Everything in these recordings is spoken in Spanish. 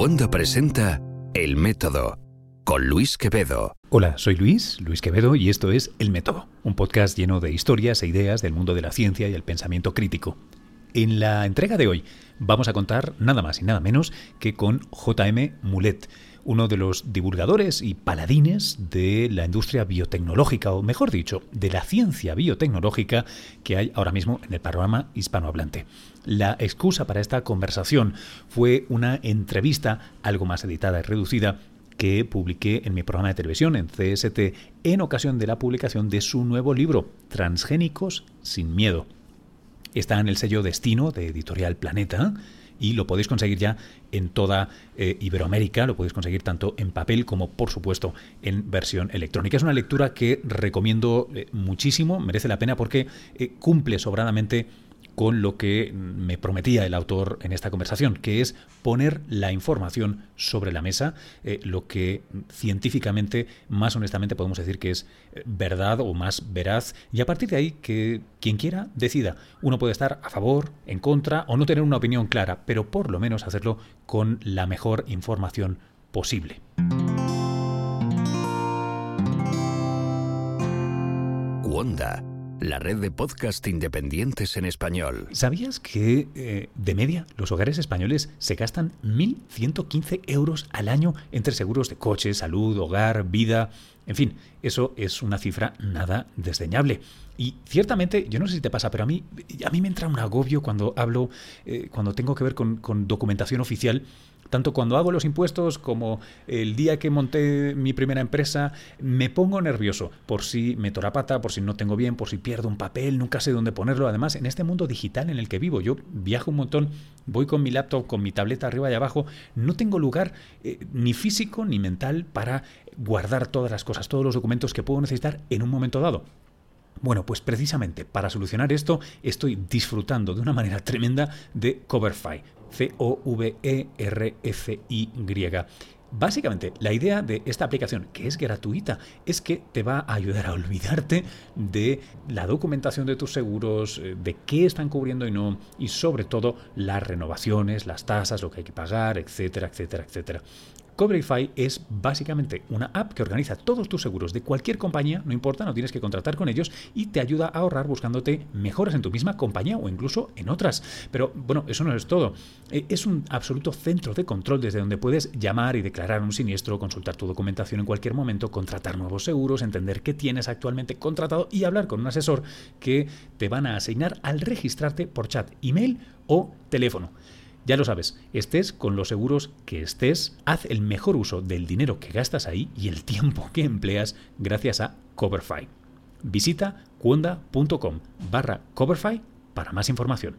Wanda presenta El Método, con Luis Quevedo. Hola, soy Luis Quevedo, y esto es El Método, un podcast lleno de historias e ideas del mundo de la ciencia y el pensamiento crítico. En la entrega de hoy vamos a contar nada más y nada menos que con J.M. Mulet, uno de los divulgadores y paladines de la industria biotecnológica, o mejor dicho, de la ciencia biotecnológica que hay ahora mismo en el panorama hispanohablante. La excusa para esta conversación fue una entrevista algo más editada y reducida que publiqué en mi programa de televisión, en CST, en ocasión de la publicación de su nuevo libro, Transgénicos sin miedo. Está en el sello Destino de Editorial Planeta y lo podéis conseguir ya en toda Iberoamérica. Lo podéis conseguir tanto en papel como, por supuesto, en versión electrónica. Es una lectura que recomiendo muchísimo, merece la pena porque cumple sobradamente con lo que me prometía el autor en esta conversación, que es poner la información sobre la mesa, lo que científicamente, más honestamente, podemos decir que es verdad o más veraz, y a partir de ahí que quien quiera decida. Uno puede estar a favor, en contra o no tener una opinión clara, pero por lo menos hacerlo con la mejor información posible. Wanda, la red de podcast independientes en español. ¿Sabías que de media los hogares españoles se gastan 1.115 euros al año entre seguros de coche, salud, hogar, vida? En fin, eso es una cifra nada desdeñable. Y ciertamente, yo no sé si te pasa, pero a mí me entra un agobio cuando hablo, cuando tengo que ver con documentación oficial. Tanto cuando hago los impuestos como el día que monté mi primera empresa, me pongo nervioso por si meto la pata, por si no tengo bien, por si pierdo un papel, nunca sé dónde ponerlo. Además, en este mundo digital en el que vivo, yo viajo un montón, voy con mi laptop, con mi tableta arriba y abajo, no tengo lugar ni físico ni mental para guardar todas las cosas, todos los documentos que puedo necesitar en un momento dado. Bueno, pues precisamente para solucionar esto estoy disfrutando de una manera tremenda de Coverfy, Coverfy. Básicamente, la idea de esta aplicación, que es gratuita, es que te va a ayudar a olvidarte de la documentación de tus seguros, de qué están cubriendo y no, y sobre todo las renovaciones, las tasas, lo que hay que pagar, etcétera, etcétera, etcétera. Coverify es básicamente una app que organiza todos tus seguros de cualquier compañía, no importa, no tienes que contratar con ellos, y te ayuda a ahorrar buscándote mejoras en tu misma compañía o incluso en otras. Pero bueno, eso no es todo. Es un absoluto centro de control desde donde puedes llamar y declarar un siniestro, consultar tu documentación en cualquier momento, contratar nuevos seguros, entender qué tienes actualmente contratado y hablar con un asesor que te van a asignar al registrarte por chat, email o teléfono. Ya lo sabes, estés con los seguros que estés, haz el mejor uso del dinero que gastas ahí y el tiempo que empleas gracias a Coverfy. Visita wanda.com/Coverfy para más información.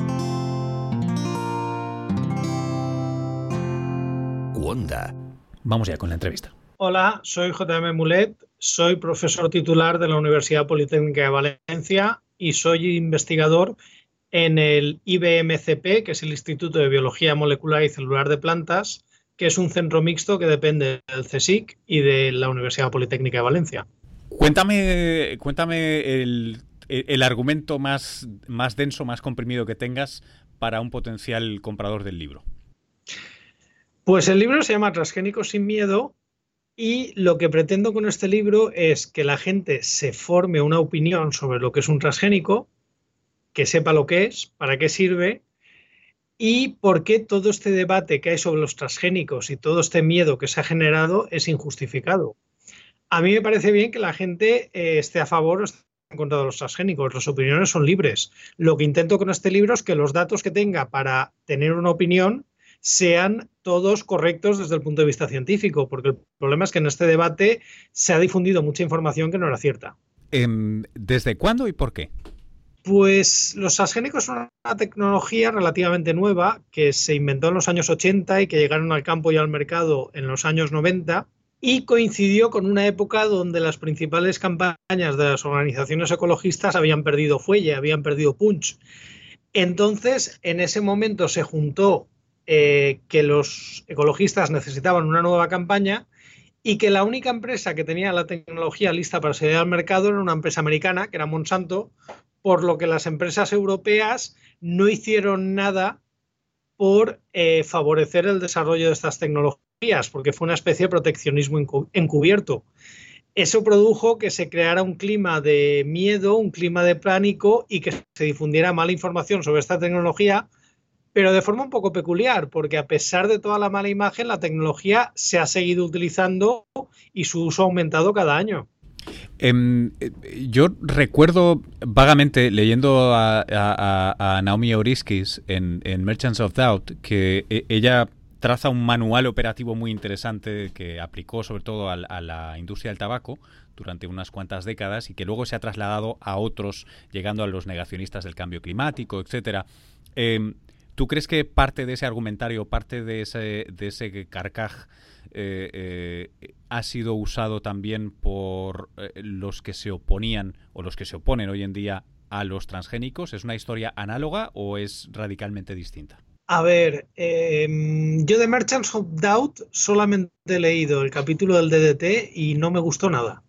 Wanda. Vamos ya con la entrevista. Hola, soy J.M. Mulet, soy profesor titular de la Universidad Politécnica de Valencia y soy investigador en el IBMCP, que es el Instituto de Biología Molecular y Celular de Plantas, que es un centro mixto que depende del CSIC y de la Universidad Politécnica de Valencia. Cuéntame el argumento más denso, más comprimido que tengas para un potencial comprador del libro. Pues el libro se llama Transgénicos sin miedo y lo que pretendo con este libro es que la gente se forme una opinión sobre lo que es un transgénico, que sepa lo que es, para qué sirve y por qué todo este debate que hay sobre los transgénicos y todo este miedo que se ha generado es injustificado. A mí me parece bien que la gente esté a favor o esté en contra de los transgénicos. Las opiniones son libres. Lo que intento con este libro es que los datos que tenga para tener una opinión sean todos correctos desde el punto de vista científico, porque el problema es que en este debate se ha difundido mucha información que no era cierta. ¿Desde cuándo y por qué? Pues los transgénicos son una tecnología relativamente nueva que se inventó en los años 80 y que llegaron al campo y al mercado en los años 90 y coincidió con una época donde las principales campañas de las organizaciones ecologistas habían perdido fuelle, habían perdido punch. Entonces, en ese momento se juntó que los ecologistas necesitaban una nueva campaña y que la única empresa que tenía la tecnología lista para salir al mercado era una empresa americana, que era Monsanto, por lo que las empresas europeas no hicieron nada por favorecer el desarrollo de estas tecnologías, porque fue una especie de proteccionismo encubierto. Eso produjo que se creara un clima de miedo, un clima de pánico y que se difundiera mala información sobre esta tecnología, pero de forma un poco peculiar, porque a pesar de toda la mala imagen, la tecnología se ha seguido utilizando y su uso ha aumentado cada año. Yo recuerdo vagamente leyendo a Naomi Oreskes en Merchants of Doubt que ella traza un manual operativo muy interesante que aplicó sobre todo a la industria del tabaco durante unas cuantas décadas y que luego se ha trasladado a otros, llegando a los negacionistas del cambio climático, etcétera. ¿Tú crees que parte de ese argumentario, parte de ese carcaj ha sido usado también por los que se oponían o los que se oponen hoy en día a los transgénicos? ¿Es una historia análoga o es radicalmente distinta? A ver, yo de Merchants of Doubt solamente he leído el capítulo del DDT y no me gustó nada.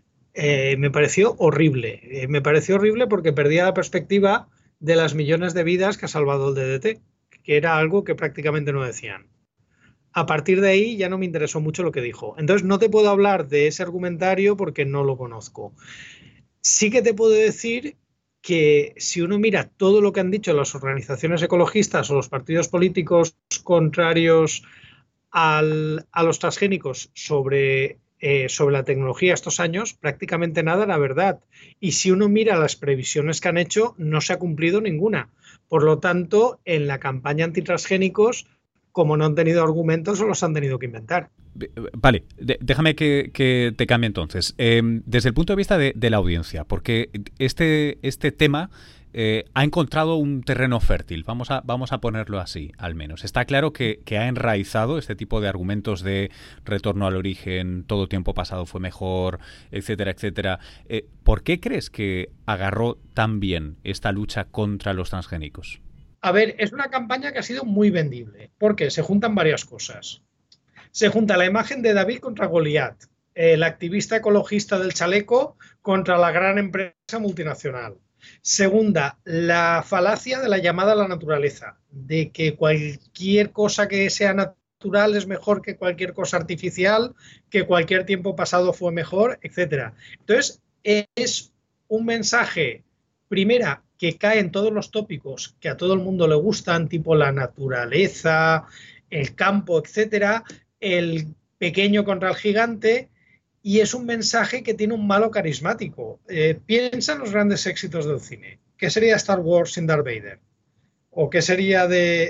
Me pareció horrible. Me pareció horrible porque perdía la perspectiva de las millones de vidas que ha salvado el DDT, que era algo que prácticamente no decían. A partir de ahí ya no me interesó mucho lo que dijo. Entonces no te puedo hablar de ese argumentario porque no lo conozco. Sí que te puedo decir que si uno mira todo lo que han dicho las organizaciones ecologistas o los partidos políticos contrarios a los transgénicos sobre la tecnología estos años, prácticamente nada era verdad. Y si uno mira las previsiones que han hecho, no se ha cumplido ninguna. Por lo tanto, en la campaña antitransgénicos, como no han tenido argumentos, se los han tenido que inventar. Vale, déjame que te cambie entonces. Desde el punto de vista de la audiencia, porque este tema ha encontrado un terreno fértil, vamos a ponerlo así, al menos. Está claro que ha enraizado este tipo de argumentos de retorno al origen, todo tiempo pasado fue mejor, etcétera, etcétera. ¿Por qué crees que agarró tan bien esta lucha contra los transgénicos? A ver, es una campaña que ha sido muy vendible, porque se juntan varias cosas. Se junta la imagen de David contra Goliat, el activista ecologista del chaleco contra la gran empresa multinacional. Segunda, la falacia de la llamada a la naturaleza, de que cualquier cosa que sea natural es mejor que cualquier cosa artificial, que cualquier tiempo pasado fue mejor, etc. Entonces, es un mensaje, primera, que cae en todos los tópicos que a todo el mundo le gustan, tipo la naturaleza, el campo, etcétera, el pequeño contra el gigante, y es un mensaje que tiene un malo carismático. Piensa en los grandes éxitos del cine. ¿Qué sería Star Wars sin Darth Vader? ¿O qué sería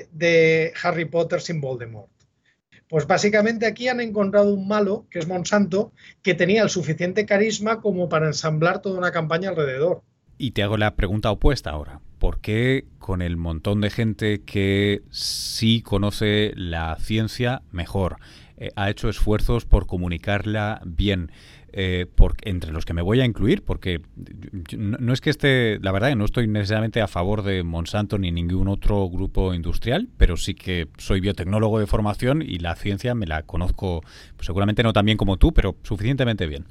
de Harry Potter sin Voldemort? Pues básicamente aquí han encontrado un malo, que es Monsanto, que tenía el suficiente carisma como para ensamblar toda una campaña alrededor. Y te hago la pregunta opuesta ahora. ¿Por qué con el montón de gente que sí conoce la ciencia mejor, ha hecho esfuerzos por comunicarla bien, entre los que me voy a incluir? Porque no es que esté, la verdad que no estoy necesariamente a favor de Monsanto ni ningún otro grupo industrial, pero sí que soy biotecnólogo de formación y la ciencia me la conozco, pues seguramente no tan bien como tú, pero suficientemente bien.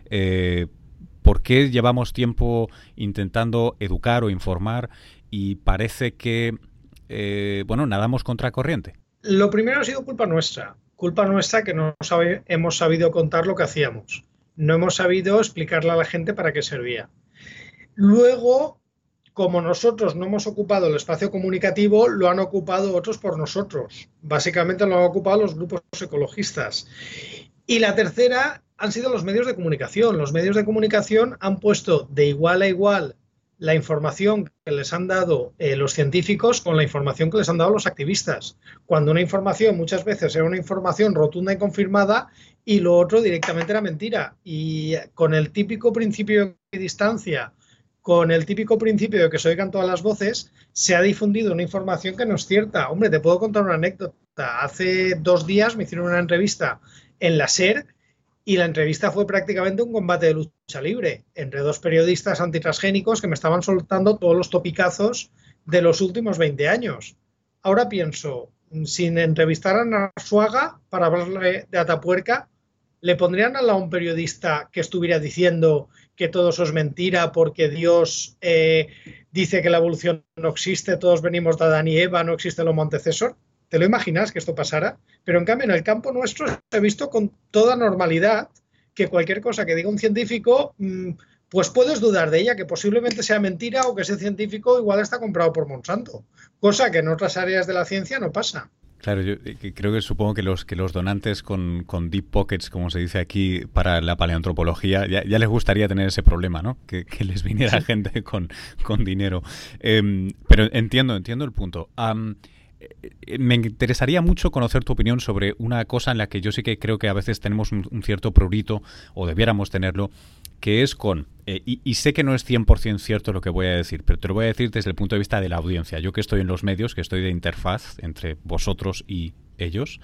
¿Por qué llevamos tiempo intentando educar o informar y parece que, nadamos contracorriente? Lo primero ha sido culpa nuestra que no hemos sabido contar lo que hacíamos. No hemos sabido explicarle a la gente para qué servía. Luego, como nosotros no hemos ocupado el espacio comunicativo, lo han ocupado otros por nosotros. Básicamente lo han ocupado los grupos ecologistas. Y la tercera han sido los medios de comunicación. Los medios de comunicación han puesto de igual a igual la información que les han dado los científicos con la información que les han dado los activistas. Cuando una información muchas veces era una información rotunda y confirmada y lo otro directamente era mentira. Y con el típico principio de equidistancia, con el típico principio de que se oigan todas las voces, se ha difundido una información que no es cierta. Hombre, te puedo contar una anécdota. Hace 2 días me hicieron una entrevista en la SER y la entrevista fue prácticamente un combate de lucha libre entre 2 periodistas antitransgénicos que me estaban soltando todos los topicazos de los últimos 20 años. Ahora pienso, sin entrevistar a Arzuaga para hablarle de Atapuerca, ¿le pondrían al lado a un periodista que estuviera diciendo que todo eso es mentira porque Dios dice que la evolución no existe, todos venimos de Adán y Eva, no existe el Homo antecesor. ¿Te lo imaginas que esto pasara? Pero en cambio en el campo nuestro se ha visto con toda normalidad que cualquier cosa que diga un científico, pues puedes dudar de ella, que posiblemente sea mentira o que ese científico igual está comprado por Monsanto, cosa que en otras áreas de la ciencia no pasa. Claro, yo creo que supongo que los donantes con deep pockets, como se dice aquí, para la paleoantropología, ya les gustaría tener ese problema, ¿no? Que les viniera gente con dinero. Pero entiendo el punto. Me interesaría mucho conocer tu opinión sobre una cosa en la que yo sí que creo que a veces tenemos un cierto prurito, o debiéramos tenerlo, que es y sé que no es 100% cierto lo que voy a decir, pero te lo voy a decir desde el punto de vista de la audiencia. Yo que estoy en los medios, que estoy de interfaz entre vosotros y ellos,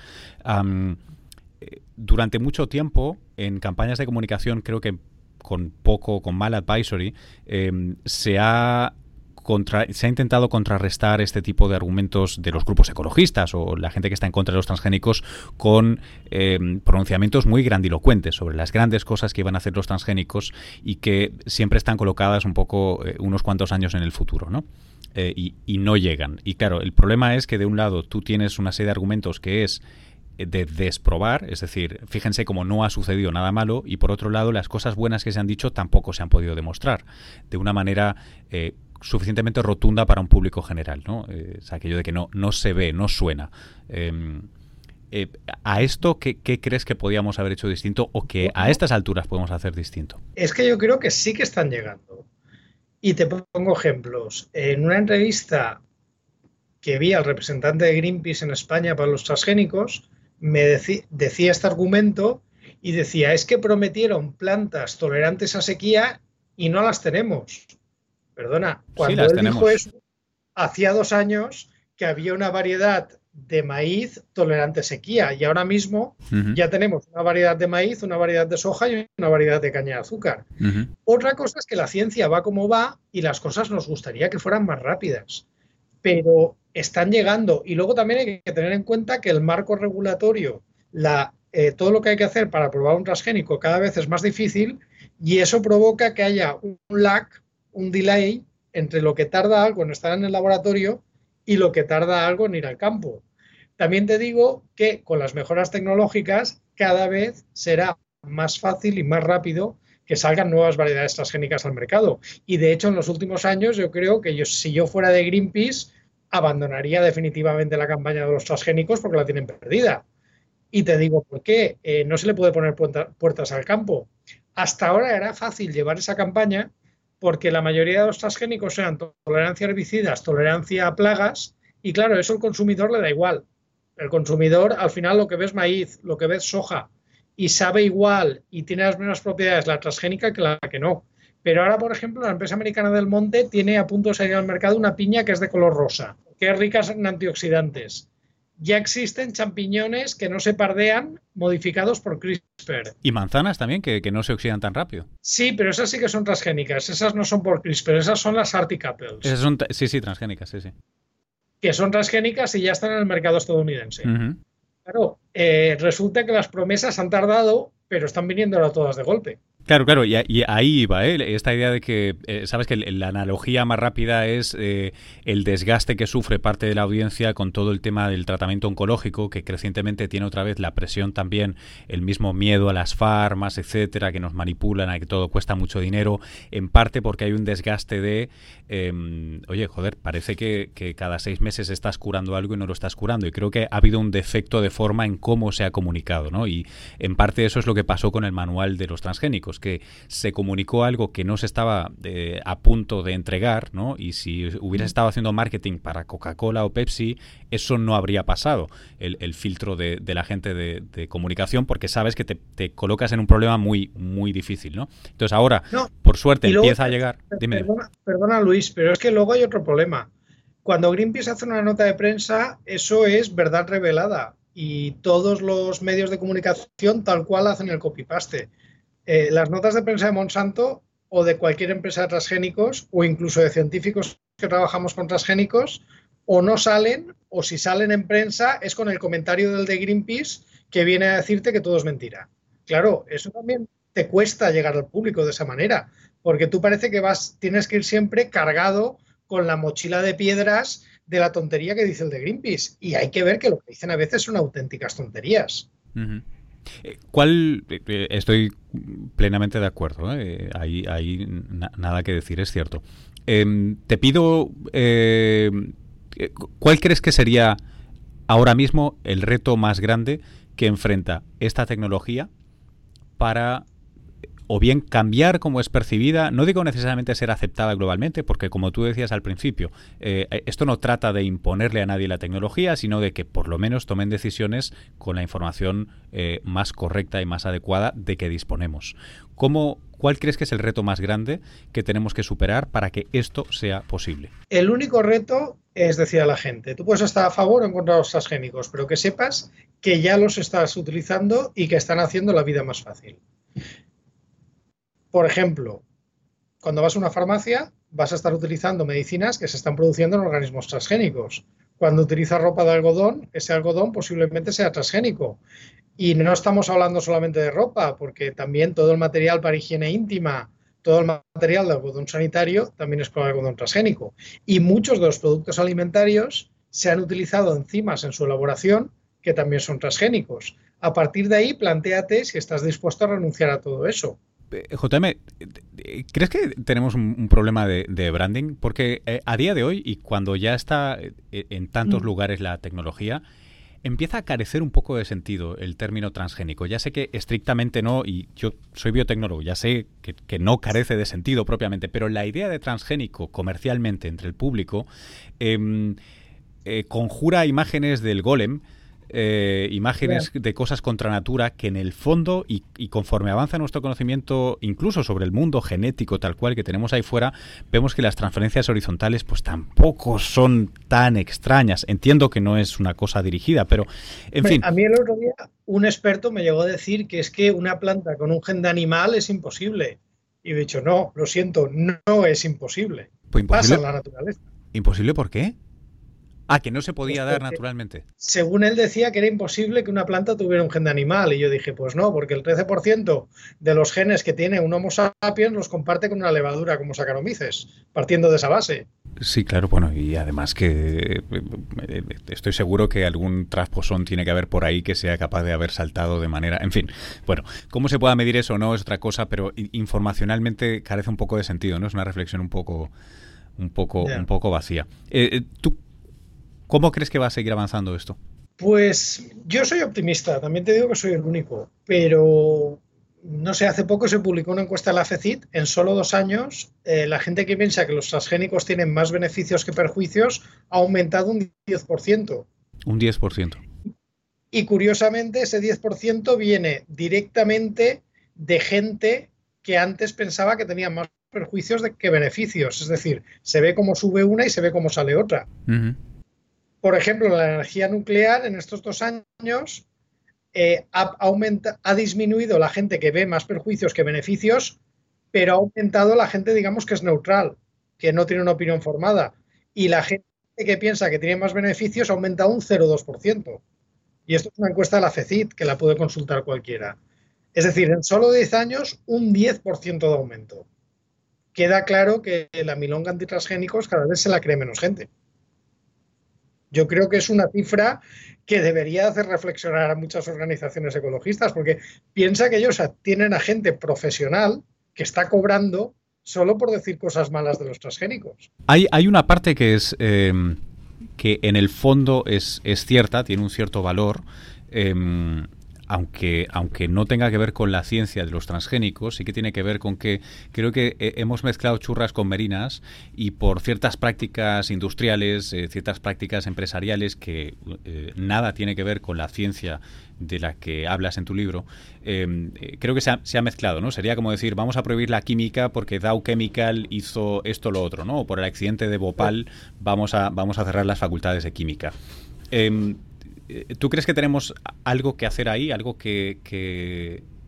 durante mucho tiempo, en campañas de comunicación, creo que con mal advisory, se ha intentado contrarrestar este tipo de argumentos de los grupos ecologistas o la gente que está en contra de los transgénicos con pronunciamientos muy grandilocuentes sobre las grandes cosas que iban a hacer los transgénicos y que siempre están colocadas un poco unos cuantos años en el futuro, ¿no? Y no llegan. Y claro, el problema es que de un lado tú tienes una serie de argumentos que es de desprobar, es decir, fíjense cómo no ha sucedido nada malo, y por otro lado las cosas buenas que se han dicho tampoco se han podido demostrar de una manera suficientemente rotunda para un público general, ¿no? Es aquello de que no se ve, no suena. ¿A esto qué crees que podíamos haber hecho distinto o que a estas alturas podemos hacer distinto? Es que yo creo que sí que están llegando. Y te pongo ejemplos. En una entrevista que vi al representante de Greenpeace en España para los transgénicos, me decía este argumento y decía, es que prometieron plantas tolerantes a sequía y no las tenemos. Perdona, cuando él dijo eso, hacía 2 años que había una variedad de maíz tolerante a sequía y ahora mismo ya tenemos una variedad de maíz, una variedad de soja y una variedad de caña de azúcar. Otra cosa es que la ciencia va como va y las cosas nos gustaría que fueran más rápidas, pero están llegando. Y luego también hay que tener en cuenta que el marco regulatorio, todo lo que hay que hacer para probar un transgénico cada vez es más difícil y eso provoca que haya un lag, un delay entre lo que tarda algo en estar en el laboratorio y lo que tarda algo en ir al campo. También te digo que con las mejoras tecnológicas cada vez será más fácil y más rápido que salgan nuevas variedades transgénicas al mercado. Y de hecho en los últimos años yo creo que si yo fuera de Greenpeace abandonaría definitivamente la campaña de los transgénicos porque la tienen perdida. Y te digo por qué. No se le puede poner puertas al campo. Hasta ahora era fácil llevar esa campaña porque la mayoría de los transgénicos eran tolerancia a herbicidas, tolerancia a plagas, y claro, eso al consumidor le da igual. El consumidor, al final, lo que ve es maíz, lo que ve es soja, y sabe igual y tiene las mismas propiedades la transgénica que la que no. Pero ahora, por ejemplo, la empresa americana Del Monte tiene a punto de salir al mercado una piña que es de color rosa, que es rica en antioxidantes. Ya existen champiñones que no se pardean modificados por CRISPR. Y manzanas también, que no se oxidan tan rápido. Sí, pero esas sí que son transgénicas. Esas no son por CRISPR, esas son las Arctic Apples. Esas son, sí, transgénicas, sí. Que son transgénicas y ya están en el mercado estadounidense. Claro, resulta que las promesas han tardado, pero están viniendo ahora todas de golpe. Claro, y ahí iba, esta idea de que, sabes que la analogía más rápida es el desgaste que sufre parte de la audiencia con todo el tema del tratamiento oncológico, que crecientemente tiene otra vez la presión también, el mismo miedo a las farmas, etcétera, que nos manipulan, a que todo cuesta mucho dinero, en parte porque hay un desgaste de, oye, joder, parece que cada 6 meses estás curando algo y no lo estás curando, y creo que ha habido un defecto de forma en cómo se ha comunicado, ¿no? Y en parte eso es lo que pasó con el manual de los transgénicos, que se comunicó algo que no se estaba a punto de entregar, ¿no? Y si hubieras estado haciendo marketing para Coca-Cola o Pepsi, eso no habría pasado, el filtro de la gente de comunicación, porque sabes que te colocas en un problema muy, muy difícil, ¿no? Entonces ahora, por suerte, empieza a llegar... Dime. Perdona, Luis, pero es que luego hay otro problema. Cuando Greenpeace hace una nota de prensa, eso es verdad revelada y todos los medios de comunicación tal cual hacen el copy-paste. Las notas de prensa de Monsanto o de cualquier empresa de transgénicos o incluso de científicos que trabajamos con transgénicos o no salen, o si salen en prensa es con el comentario del de Greenpeace que viene a decirte que todo es mentira. Claro, eso también te cuesta llegar al público de esa manera, porque tú parece que tienes que ir siempre cargado con la mochila de piedras de la tontería que dice el de Greenpeace. Y hay que ver que lo que dicen a veces son auténticas tonterías. Uh-huh. Estoy plenamente de acuerdo, ¿eh? Ahí nada que decir, es cierto. Te pido, ¿cuál crees que sería ahora mismo el reto más grande que enfrenta esta tecnología para o bien cambiar cómo es percibida, no digo necesariamente ser aceptada globalmente, porque como tú decías al principio, esto no trata de imponerle a nadie la tecnología, sino de que por lo menos tomen decisiones con la información más correcta y más adecuada de que disponemos. ¿Cuál crees que es el reto más grande que tenemos que superar para que esto sea posible? El único reto es decir a la gente, tú puedes estar a favor o en contra de los transgénicos, pero que sepas que ya los estás utilizando y que están haciendo la vida más fácil. Por ejemplo, cuando vas a una farmacia vas a estar utilizando medicinas que se están produciendo en organismos transgénicos. Cuando utilizas ropa de algodón, ese algodón posiblemente sea transgénico. Y no estamos hablando solamente de ropa, porque también todo el material para higiene íntima, todo el material de algodón sanitario también es con algodón transgénico. Y muchos de los productos alimentarios se han utilizado enzimas en su elaboración que también son transgénicos. A partir de ahí, plantéate si estás dispuesto a renunciar a todo eso. JM, ¿crees que tenemos un problema de branding? Porque a día de hoy, y cuando ya está en tantos lugares la tecnología, empieza a carecer un poco de sentido el término transgénico. Ya sé que estrictamente no, y yo soy biotecnólogo, ya sé que no carece de sentido propiamente, pero la idea de transgénico comercialmente entre el público conjura imágenes del golem, imágenes de cosas contra natura que en el fondo y conforme avanza nuestro conocimiento incluso sobre el mundo genético tal cual que tenemos ahí fuera, vemos que las transferencias horizontales pues tampoco son tan extrañas. Entiendo que no es una cosa dirigida, pero en fin. A mí el otro día un experto me llegó a decir que es que una planta con un gen de animal es imposible. Y he dicho, no, lo siento, no es imposible. Pues pasa en la naturaleza. ¿Imposible por qué? Que no se podía dar naturalmente. Según él decía que era imposible que una planta tuviera un gen de animal. Y yo dije, pues no, porque el 13% de los genes que tiene un Homo sapiens los comparte con una levadura como Saccharomyces, partiendo de esa base. Sí, claro, bueno, y además que estoy seguro que algún trasposón tiene que haber por ahí que sea capaz de haber saltado de manera... En fin, bueno, cómo se pueda medir eso o no es otra cosa, pero informacionalmente carece un poco de sentido, ¿no? Es una reflexión un poco vacía. ¿Tú cómo crees que va a seguir avanzando esto? Pues yo soy optimista, también te digo que soy el único, pero no sé, hace poco se publicó una encuesta de la FECIT, en solo 2 años la gente que piensa que los transgénicos tienen más beneficios que perjuicios ha aumentado un 10%. Un 10%. Y curiosamente ese 10% viene directamente de gente que antes pensaba que tenía más perjuicios que beneficios, es decir, se ve cómo sube una y se ve cómo sale otra. Uh-huh. Por ejemplo, la energía nuclear en estos 2 años ha disminuido la gente que ve más perjuicios que beneficios, pero ha aumentado la gente, digamos, que es neutral, que no tiene una opinión formada. Y la gente que piensa que tiene más beneficios ha aumentado un 0,2%. Y esto es una encuesta de la FECIT, que la puede consultar cualquiera. Es decir, en solo 10 años, un 10% de aumento. Queda claro que la milonga antitransgénicos cada vez se la cree menos gente. Yo creo que es una cifra que debería hacer reflexionar a muchas organizaciones ecologistas, porque piensa que ellos tienen a gente profesional que está cobrando solo por decir cosas malas de los transgénicos. Hay una parte que es que en el fondo es cierta, tiene un cierto valor, aunque no tenga que ver con la ciencia de los transgénicos, sí que tiene que ver con que creo que hemos mezclado churras con merinas y por ciertas prácticas industriales, ciertas prácticas empresariales que nada tiene que ver con la ciencia de la que hablas en tu libro, creo que se ha mezclado, ¿no? Sería como decir, vamos a prohibir la química porque Dow Chemical hizo esto o lo otro, ¿no? O por el accidente de Bhopal vamos a cerrar las facultades de química. ¿Tú crees que tenemos algo que hacer ahí, algo que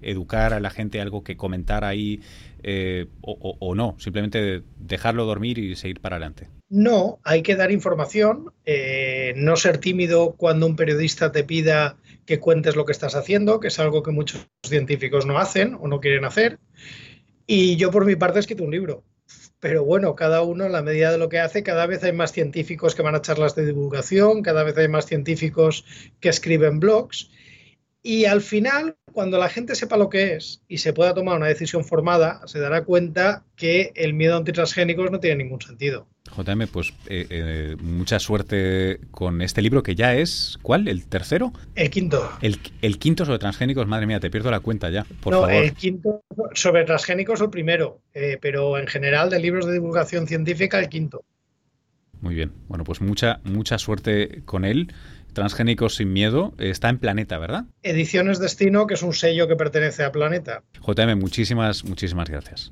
educar a la gente, algo que comentar ahí o no, simplemente dejarlo dormir y seguir para adelante. No, hay que dar información, no ser tímido cuando un periodista te pida que cuentes lo que estás haciendo, que es algo que muchos científicos no hacen o no quieren hacer. Y yo por mi parte he escrito un libro. Pero bueno, cada uno en la medida de lo que hace, cada vez hay más científicos que van a charlas de divulgación, cada vez hay más científicos que escriben blogs. Y al final, cuando la gente sepa lo que es y se pueda tomar una decisión formada, se dará cuenta que el miedo a antitransgénicos no tiene ningún sentido. JM, pues mucha suerte con este libro que ya es, ¿cuál? ¿El tercero? El quinto. El quinto sobre transgénicos, madre mía, te pierdo la cuenta ya, por no, favor. El quinto sobre transgénicos el primero, pero en general de libros de divulgación científica el quinto. Muy bien, bueno, pues mucha suerte con él. Transgénicos sin miedo, está en Planeta, ¿verdad? Ediciones Destino, que es un sello que pertenece a Planeta. JM, muchísimas gracias.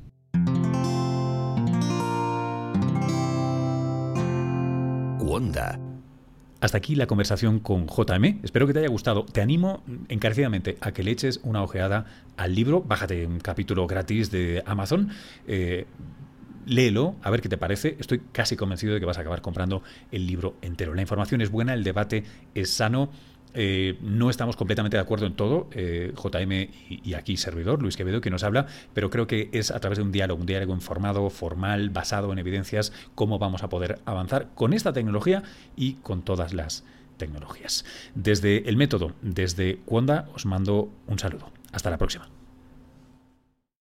Wanda. Hasta aquí la conversación con JM. Espero que te haya gustado. Te animo encarecidamente a que le eches una ojeada al libro. Bájate un capítulo gratis de Amazon. Léelo, a ver qué te parece. Estoy casi convencido de que vas a acabar comprando el libro entero. La información es buena, el debate es sano. No estamos completamente de acuerdo en todo, JM y aquí servidor, Luis Quevedo, que nos habla, pero creo que es a través de un diálogo informado, formal, basado en evidencias, cómo vamos a poder avanzar con esta tecnología y con todas las tecnologías. Desde El Método, desde Wanda, os mando un saludo. Hasta la próxima.